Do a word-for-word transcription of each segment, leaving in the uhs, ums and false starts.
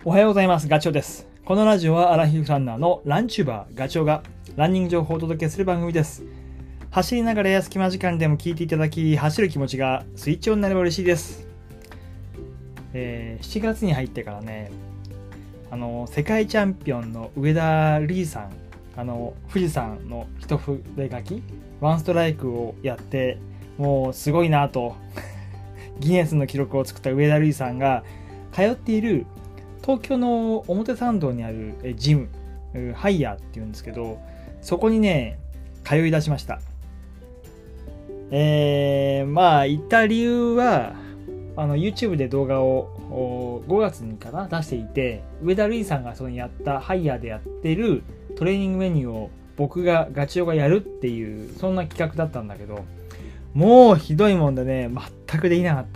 おはようございます。ガチョウです。このラジオはアラヒフランナーのランチューバーガチョウがランニング情報をお届けする番組です。走りながらや隙間時間でも聞いていただき、走る気持ちがスイッチオンになれば嬉しいです。えー、しちがつに入ってからね、あの世界チャンピオンの上田瑠衣さん、あの富士山の一筆書きワンストライクをやって、もうすごいなとギネスの記録を作った上田瑠衣さんが通っている東京の表参道にあるジム、ハイヤーっていうんですけど、そこにね通い出しました。えー、まあ行った理由はあの YouTube で動画をごがつにかな出していて、上田瑠衣さんがそのやったハイヤーでやってるトレーニングメニューを僕がガチオがやるっていう、そんな企画だったんだけど、もうひどいもんでね全くできなかった。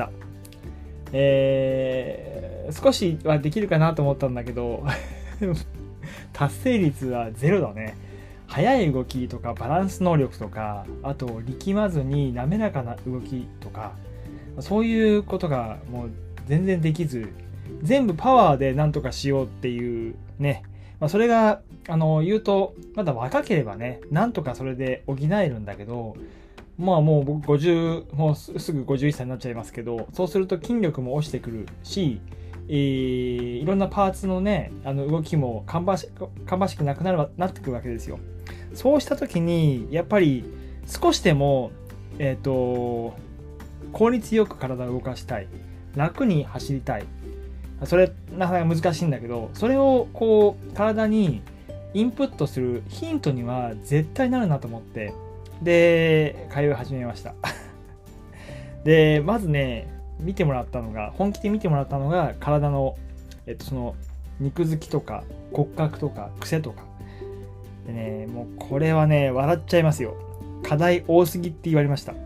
えー、少しはできるかなと思ったんだけど達成率はゼロだね。速い動きとかバランス能力とか、あと力まずに滑らかな動きとか、そういうことがもう全然できず、全部パワーでなんとかしようっていうね、まあ、それがあの言うとまだ若ければねなんとかそれで補えるんだけど、まあもう僕ごじゅう、もうすぐごじゅういっさいになっちゃいますけど、そうすると筋力も落ちてくるし、えー、いろんなパーツのねあの動きも芳し芳しくなくなるなってくるわけですよ。そうした時にやっぱり少しでもえっと効率よく体を動かしたい、楽に走りたい、それなかなか難しいんだけど、それをこう体にインプットするヒントには絶対なるなと思って、で通い始めましたでまずね見てもらったのが本気で見てもらったのが体の、えっと、その肉付きとか骨格とか癖とかでね、もうこれはね笑っちゃいますよ。課題多すぎって言われました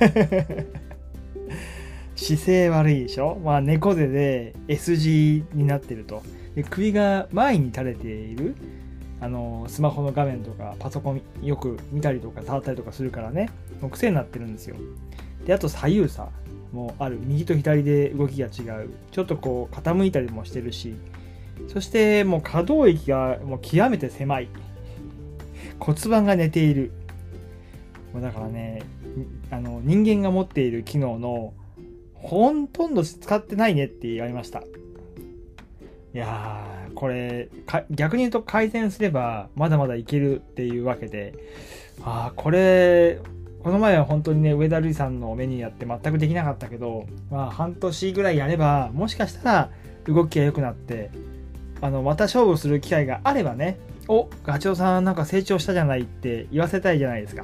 姿勢悪いでしょ、まあ、猫背で S 字になってると、で首が前に垂れている、あのスマホの画面とかパソコンよく見たりとか触ったりとかするからね、もう癖になってるんですよ。であと左右差もある、右と左で動きが違う、ちょっとこう傾いたりもしてるし、そしてもう可動域がもう極めて狭い、骨盤が寝ている、もうだからねあの人間が持っている機能のほとんど使ってないねって言われました。いやーこれ逆に言うと改善すればまだまだいけるっていうわけで、あーこれこの前は本当にね上田瑠衣さんのメニューやって全くできなかったけど、まあ半年ぐらいやればもしかしたら動きが良くなって、あのまた勝負する機会があればね、おガチョウさんなんか成長したじゃないって言わせたいじゃないですか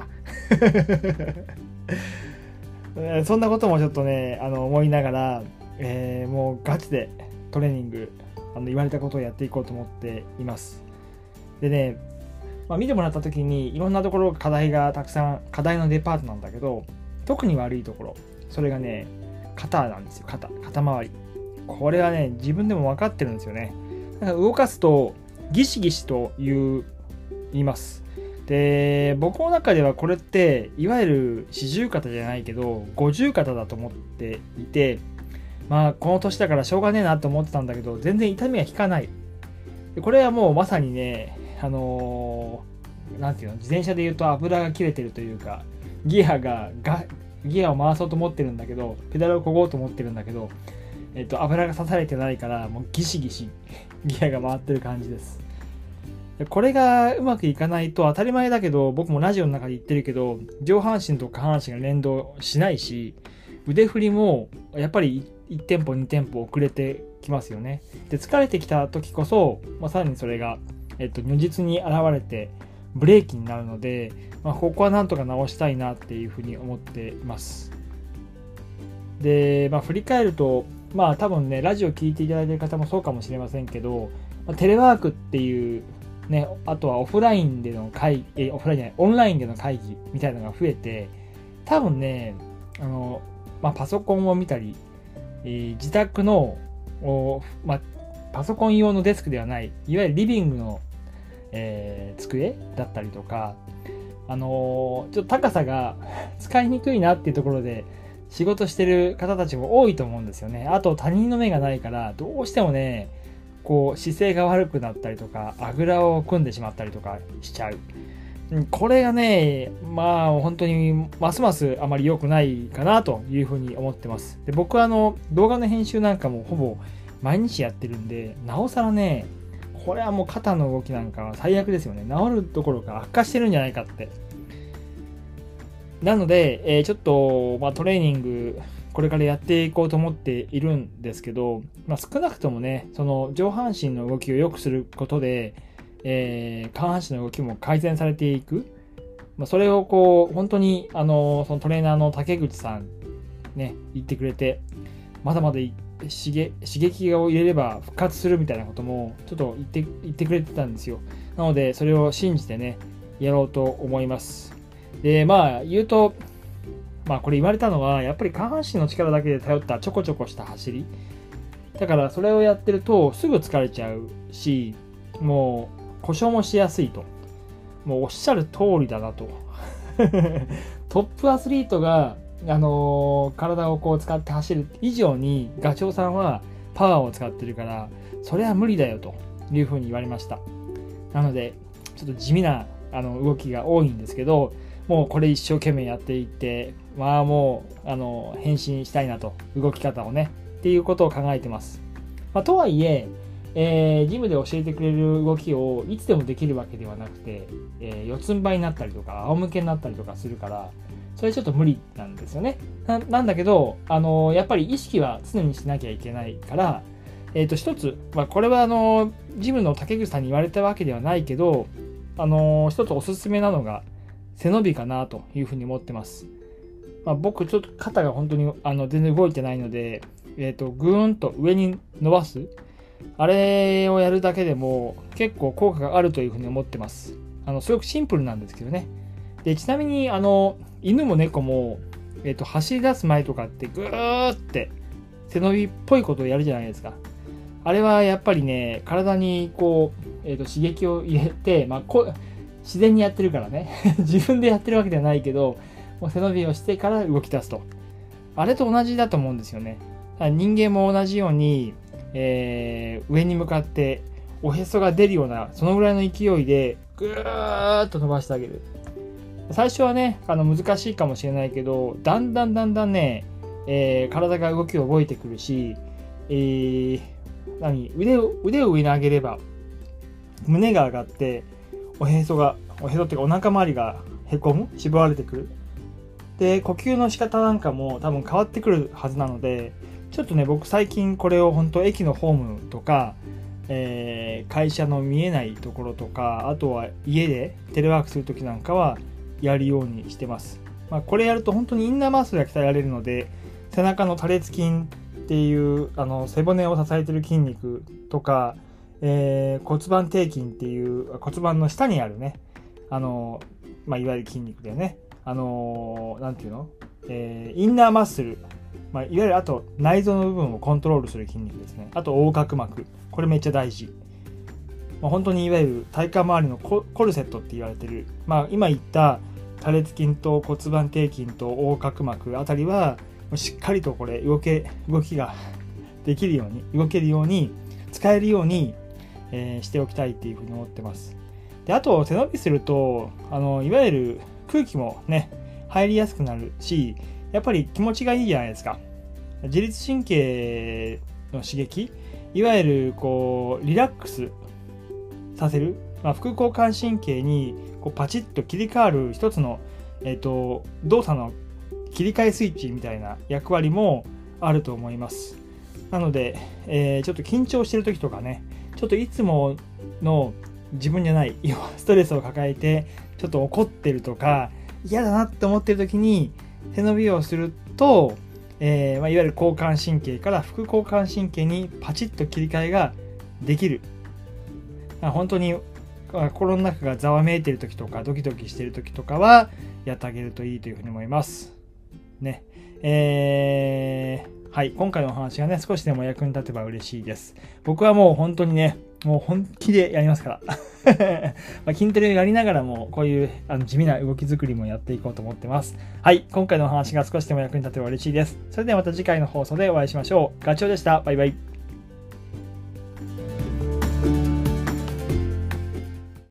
そんなこともちょっとねあの思いながら、えー、もうガチでトレーニングあの言われたことをやっていこうと思っています。でね、まあ、見てもらった時にいろんなところ課題がたくさん、課題のデパートなんだけど、特に悪いところそれがね肩なんですよ。肩肩周り、これはね自分でも分かってるんですよね。なんか動かすとギシギシという言います。で僕の中ではこれっていわゆる四十肩じゃないけど五十肩だと思っていて、まあこの年だからしょうがねえなと思ってたんだけど、全然痛みが引かない。でこれはもうまさにねあのー、なんていうの、自転車で言うと油が切れてるというか、ギアががギアを回そうと思ってるんだけど、ペダルをこごうと思ってるんだけど、えっと油が刺されてないからもうギシギシギアが回ってる感じです。これがうまくいかないと、当たり前だけど僕もラジオの中で言ってるけど、上半身と下半身が連動しないし、腕振りもやっぱりいちテンポにテンポ遅れてきますよね。で疲れてきた時こそ、まあ、さらにそれが、えっと、如実に現れてブレーキになるので、まあ、ここはなんとか直したいなっていうふうに思っています。で、まあ、振り返ると、まあ多分ねラジオ聞いていただいている方もそうかもしれませんけど、まあ、テレワークっていうね、あとはオフラインでの会議、オフラインじゃない、オンラインでの会議みたいなのが増えて、多分ね、あの、まあ、パソコンを見たり、えー、自宅の、まあ、パソコン用のデスクではない、いわゆるリビングの、えー、机だったりとか、あのー、ちょっと高さが使いにくいなっていうところで仕事してる方たちも多いと思うんですよね。あと他人の目がないから、どうしてもね、 こう姿勢が悪くなったりとかあぐらを組んでしまったりとかしちゃう。これがね、まあ本当にますますあまり良くないかなというふうに思ってます。で、僕はあの動画の編集なんかもほぼ毎日やってるんで、なおさらね、これはもう肩の動きなんかは最悪ですよね。治るどころか悪化してるんじゃないかって。なので、えー、ちょっと、まあ、トレーニングこれからやっていこうと思っているんですけど、まあ、少なくともね、その上半身の動きを良くすることで、えー、下半身の動きも改善されていく。まあ、それをこう本当にあのそのトレーナーの竹口さんね言ってくれて、まだまだ刺激刺激を入れれば復活するみたいなこともちょっと言って言ってくれてたんですよ。なのでそれを信じてねやろうと思います。で、まあ言うと、まあこれ言われたのはやっぱり下半身の力だけで頼ったちょこちょこした走りだから、それをやってるとすぐ疲れちゃうし、もう故障もしやすいと。もうおっしゃる通りだなとトップアスリートが、あのー、体をこう使って走る以上にガチョウさんはパワーを使ってるから、それは無理だよというふうに言われました。なのでちょっと地味なあの動きが多いんですけど、もうこれ一生懸命やっていって、まあもうあの変身したいなと、動き方をねっていうことを考えてます。まあ、とはいええー、ジムで教えてくれる動きをいつでもできるわけではなくて、えー、四つん這いになったりとか仰向けになったりとかするから、それちょっと無理なんですよね。 な, なんだけど、あのー、やっぱり意識は常にしなきゃいけないから、えー、と一つ、まあ、これはあのー、ジムの竹口さんに言われたわけではないけど、あのー、一つおすすめなのが背伸びかなというふうに思ってます。まあ、僕ちょっと肩が本当にあの全然動いてないので、えー、とぐーんと上に伸ばすあれをやるだけでも結構効果があるというふうに思ってます。あのすごくシンプルなんですけどね。で、ちなみにあの犬も猫も、えー、と走り出す前とかってグーって背伸びっぽいことをやるじゃないですか。あれはやっぱりね、体にこう、えー、と刺激を入れて、まあ、こ自然にやってるからね自分でやってるわけではないけど、もう背伸びをしてから動き出すと。あれと同じだと思うんですよね。人間も同じようにえー、上に向かっておへそが出るようなそのぐらいの勢いでぐーっと伸ばしてあげる。最初はねあの難しいかもしれないけど、だんだんだんだんね、えー、体が動きを覚えてくるし、えー、何腕を腕を上に上げれば胸が上がっておへそがおへそっていうかお腹周りがへこむ絞られてくる。で、呼吸の仕方なんかも多分変わってくるはずなので、ちょっとね僕最近これを本当駅のホームとか、えー、会社の見えないところとか、あとは家でテレワークするときなんかはやるようにしてます。まあ、これやると本当にインナーマッスルが鍛えられるので、背中の多裂筋っていうあの背骨を支えている筋肉とか、えー、骨盤底筋っていう骨盤の下にあるね、あの、まあ、いわゆる筋肉だよね。あのなんていうの、えー、インナーマッスル、まあ、いわゆるあと内臓の部分をコントロールする筋肉ですね。あと横隔膜、これめっちゃ大事。まあ、本当にいわゆる体幹周りの コ, コルセットって言われてる、まあ、今言った多裂筋と骨盤底筋と横隔膜あたりはしっかりとこれ動け動きができるように動けるように使えるように、えー、しておきたいっていうふうに思ってます。で、あと背伸びするとあのいわゆる空気もね入りやすくなるし、やっぱり気持ちがいいじゃないですか。自律神経の刺激、いわゆるこうリラックスさせる、まあ、副交感神経にこうパチッと切り替わる一つの、えーと、動作の切り替えスイッチみたいな役割もあると思います。なので、えー、ちょっと緊張してる時とかね、ちょっといつもの自分じゃないストレスを抱えてちょっと怒ってるとか嫌だなって思ってる時に背伸びをすると、えーまあ、いわゆる交感神経から副交感神経にパチッと切り替えができる。本当に心の中がざわめいている時とかドキドキしている時とかはやってあげるといいというふうに思いますね。えー、はい、今回のお話がね少しでも役に立てば嬉しいです。僕はもう本当にねもう本気でやりますからまあ筋トレをやりながらもこういうあの地味な動き作りもやっていこうと思ってます。はい、今回のお話が少しでも役に立てば嬉しいです。それではまた次回の放送でお会いしましょう。ガチョウでした。バイバイ。